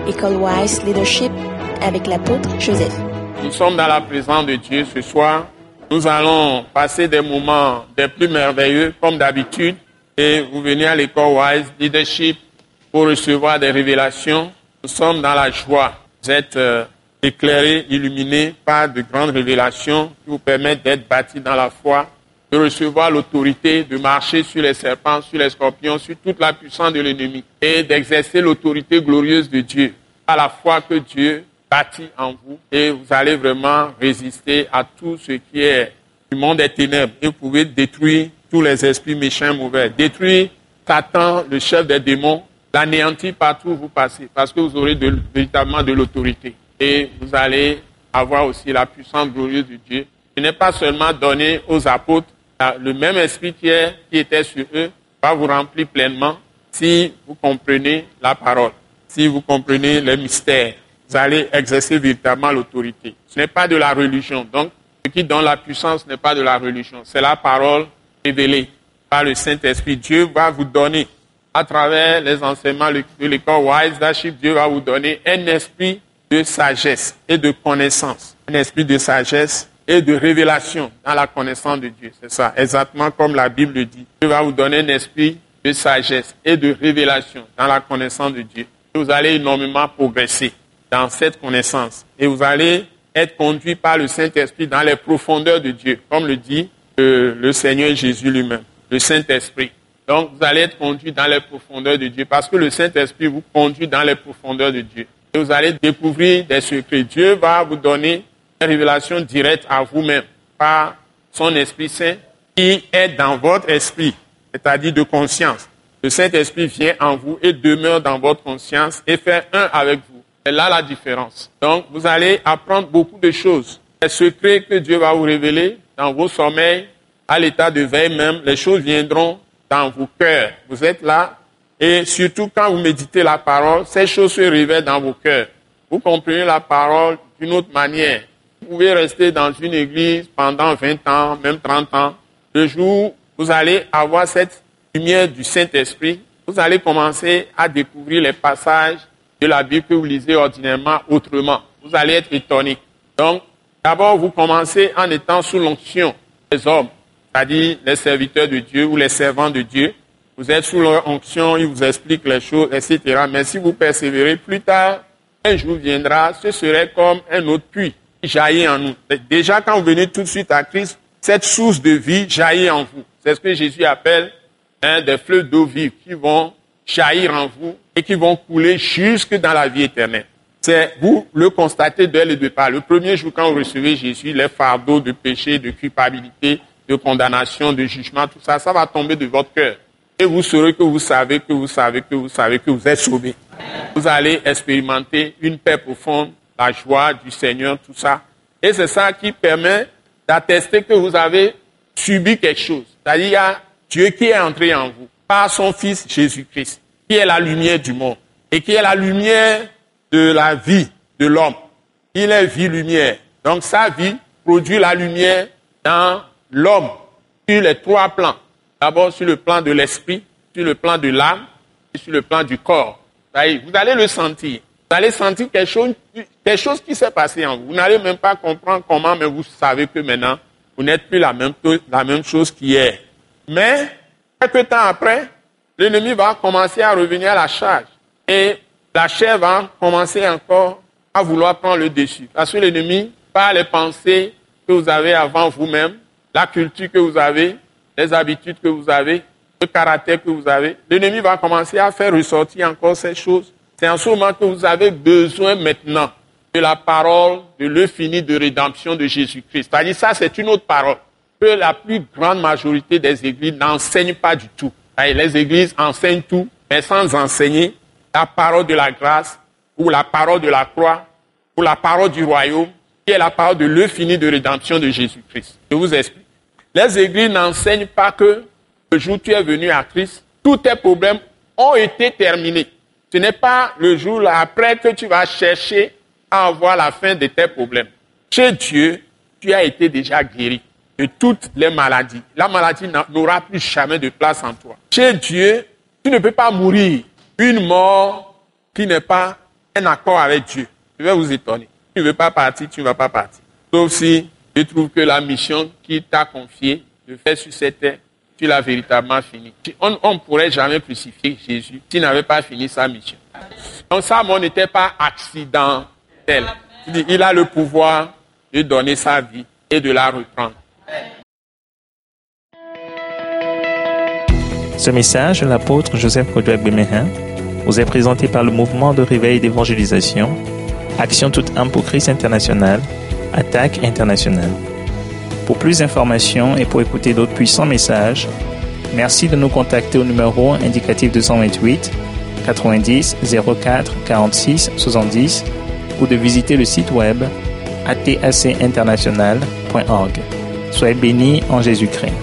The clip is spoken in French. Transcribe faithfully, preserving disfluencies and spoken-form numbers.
École Wise Leadership avec l'apôtre Joseph. Nous sommes dans la présence de Dieu ce soir. Nous allons passer des moments des plus merveilleux comme d'habitude. Et vous venez à l'école Wise Leadership pour recevoir des révélations. Nous sommes dans la joie. Vous êtes euh, éclairés, illuminés par de grandes révélations qui vous permettent d'être bâtis dans la foi, de recevoir l'autorité, de marcher sur les serpents, sur les scorpions, sur toute la puissance de l'ennemi et d'exercer l'autorité glorieuse de Dieu. À la foi que Dieu bâtit en vous et vous allez vraiment résister à tout ce qui est du monde des ténèbres et vous pouvez détruire tous les esprits méchants et mauvais, détruire Satan, le chef des démons, l'anéantir partout où vous passez parce que vous aurez de, véritablement de l'autorité et vous allez avoir aussi la puissance glorieuse de Dieu. Ce n'est pas seulement donné aux apôtres, le même esprit qui, est, qui était sur eux va vous remplir pleinement si vous comprenez la parole, si vous comprenez les mystères. Vous allez exercer véritablement l'autorité. Ce n'est pas de la religion. Donc, ce qui donne la puissance n'est pas de la religion. C'est la parole révélée par le Saint-Esprit. Dieu va vous donner, à travers les enseignements de l'école Wise Leadership, Dieu va vous donner un esprit de sagesse et de connaissance. Un esprit de sagesse et de révélation dans la connaissance de Dieu. C'est ça, exactement comme la Bible le dit. Dieu va vous donner un esprit de sagesse et de révélation dans la connaissance de Dieu. Et vous allez énormément progresser dans cette connaissance. Et vous allez être conduit par le Saint-Esprit dans les profondeurs de Dieu, comme le dit euh, le Seigneur Jésus lui-même, le Saint-Esprit. Donc, vous allez être conduit dans les profondeurs de Dieu parce que le Saint-Esprit vous conduit dans les profondeurs de Dieu. Et vous allez découvrir des secrets. Dieu va vous donner une révélation directe à vous-même par son Esprit Saint qui est dans votre esprit, c'est-à-dire de conscience. Le Saint-Esprit vient en vous et demeure dans votre conscience et fait un avec vous. C'est là la différence. Donc, vous allez apprendre beaucoup de choses. Les secrets que Dieu va vous révéler dans vos sommeils, à l'état de veille même, les choses viendront dans vos cœurs. Vous êtes là et surtout quand vous méditez la parole, ces choses se révèlent dans vos cœurs. Vous comprenez la parole d'une autre manière. Vous pouvez rester dans une église pendant vingt ans, même trente ans. Le jour où vous allez avoir cette lumière du Saint-Esprit, vous allez commencer à découvrir les passages de la Bible que vous lisez ordinairement autrement. Vous allez être étonné. Donc, d'abord, vous commencez en étant sous l'onction des hommes, c'est-à-dire les serviteurs de Dieu ou les servants de Dieu. Vous êtes sous leur onction, ils vous expliquent les choses, et cetera. Mais si vous persévérez, plus tard, un jour viendra, ce serait comme un autre puits qui jaillit en nous. Déjà, quand vous venez tout de suite à Christ, cette source de vie jaillit en vous. C'est ce que Jésus appelle hein, des fleuves d'eau vive qui vont jaillir en vous et qui vont couler jusque dans la vie éternelle. C'est vous le constatez dès le départ. Le premier jour, quand vous recevez Jésus, les fardeaux de péché, de culpabilité, de condamnation, de jugement, tout ça, ça va tomber de votre cœur. Et vous saurez que vous savez, que vous savez, que vous savez, que vous êtes sauvés. Vous allez expérimenter une paix profonde, la joie du Seigneur, tout ça. Et c'est ça qui permet d'attester que vous avez subi quelque chose. C'est-à-dire, il y a Dieu qui est entré en vous par son Fils Jésus-Christ, qui est la lumière du monde et qui est la lumière de la vie de l'homme. Il est vie-lumière. Donc sa vie produit la lumière dans l'homme sur les trois plans. D'abord sur le plan de l'esprit, sur le plan de l'âme et sur le plan du corps. Vous allez le sentir. Vous allez sentir quelque chose, quelque chose qui s'est passé en vous. Vous n'allez même pas comprendre comment, mais vous savez que maintenant, vous n'êtes plus la même, la même chose qu'hier. Mais, quelques temps après, l'ennemi va commencer à revenir à la charge. Et la chair va commencer encore à vouloir prendre le dessus. Parce que l'ennemi, par les pensées que vous avez avant vous-même, la culture que vous avez, les habitudes que vous avez, le caractère que vous avez, l'ennemi va commencer à faire ressortir encore ces choses. C'est en ce moment que vous avez besoin maintenant de la parole, de l'œuvre finie de rédemption de Jésus-Christ. C'est-à-dire ça, c'est une autre parole que la plus grande majorité des églises n'enseignent pas du tout. Les églises enseignent tout, mais sans enseigner la parole de la grâce, ou la parole de la croix, ou la parole du royaume, qui est la parole de l'œuvre finie de rédemption de Jésus-Christ. Je vous explique. Les églises n'enseignent pas que le jour où tu es venu à Christ, tous tes problèmes ont été terminés. Ce n'est pas le jour là, après que tu vas chercher à avoir la fin de tes problèmes. Chez Dieu, tu as été déjà guéri de toutes les maladies. La maladie n'aura plus jamais de place en toi. Chez Dieu, tu ne peux pas mourir une mort qui n'est pas un accord avec Dieu. Je vais vous étonner. Tu ne veux pas partir, tu ne vas pas partir. Sauf si tu trouves que la mission qu'il t'a confiée de faire sur cette terre, tu l'as véritablement finie. On ne pourrait jamais crucifier Jésus s'il n'avait pas fini sa mission. Donc sa mort n'était pas accidentelle. Il a le pouvoir de donner sa vie et de la reprendre. Ce message de l'apôtre Joseph Kodouak Bemehin vous est présenté par le mouvement de réveil d'évangélisation, Action toute âme pour Christ international, Attaque internationale. Pour plus d'informations et pour écouter d'autres puissants messages, merci de nous contacter au numéro indicatif deux cent vingt-huit quatre-vingt-dix zéro quatre quarante-six soixante-dix ou de visiter le site web a t a c international point org. Soyez bénis en Jésus-Christ.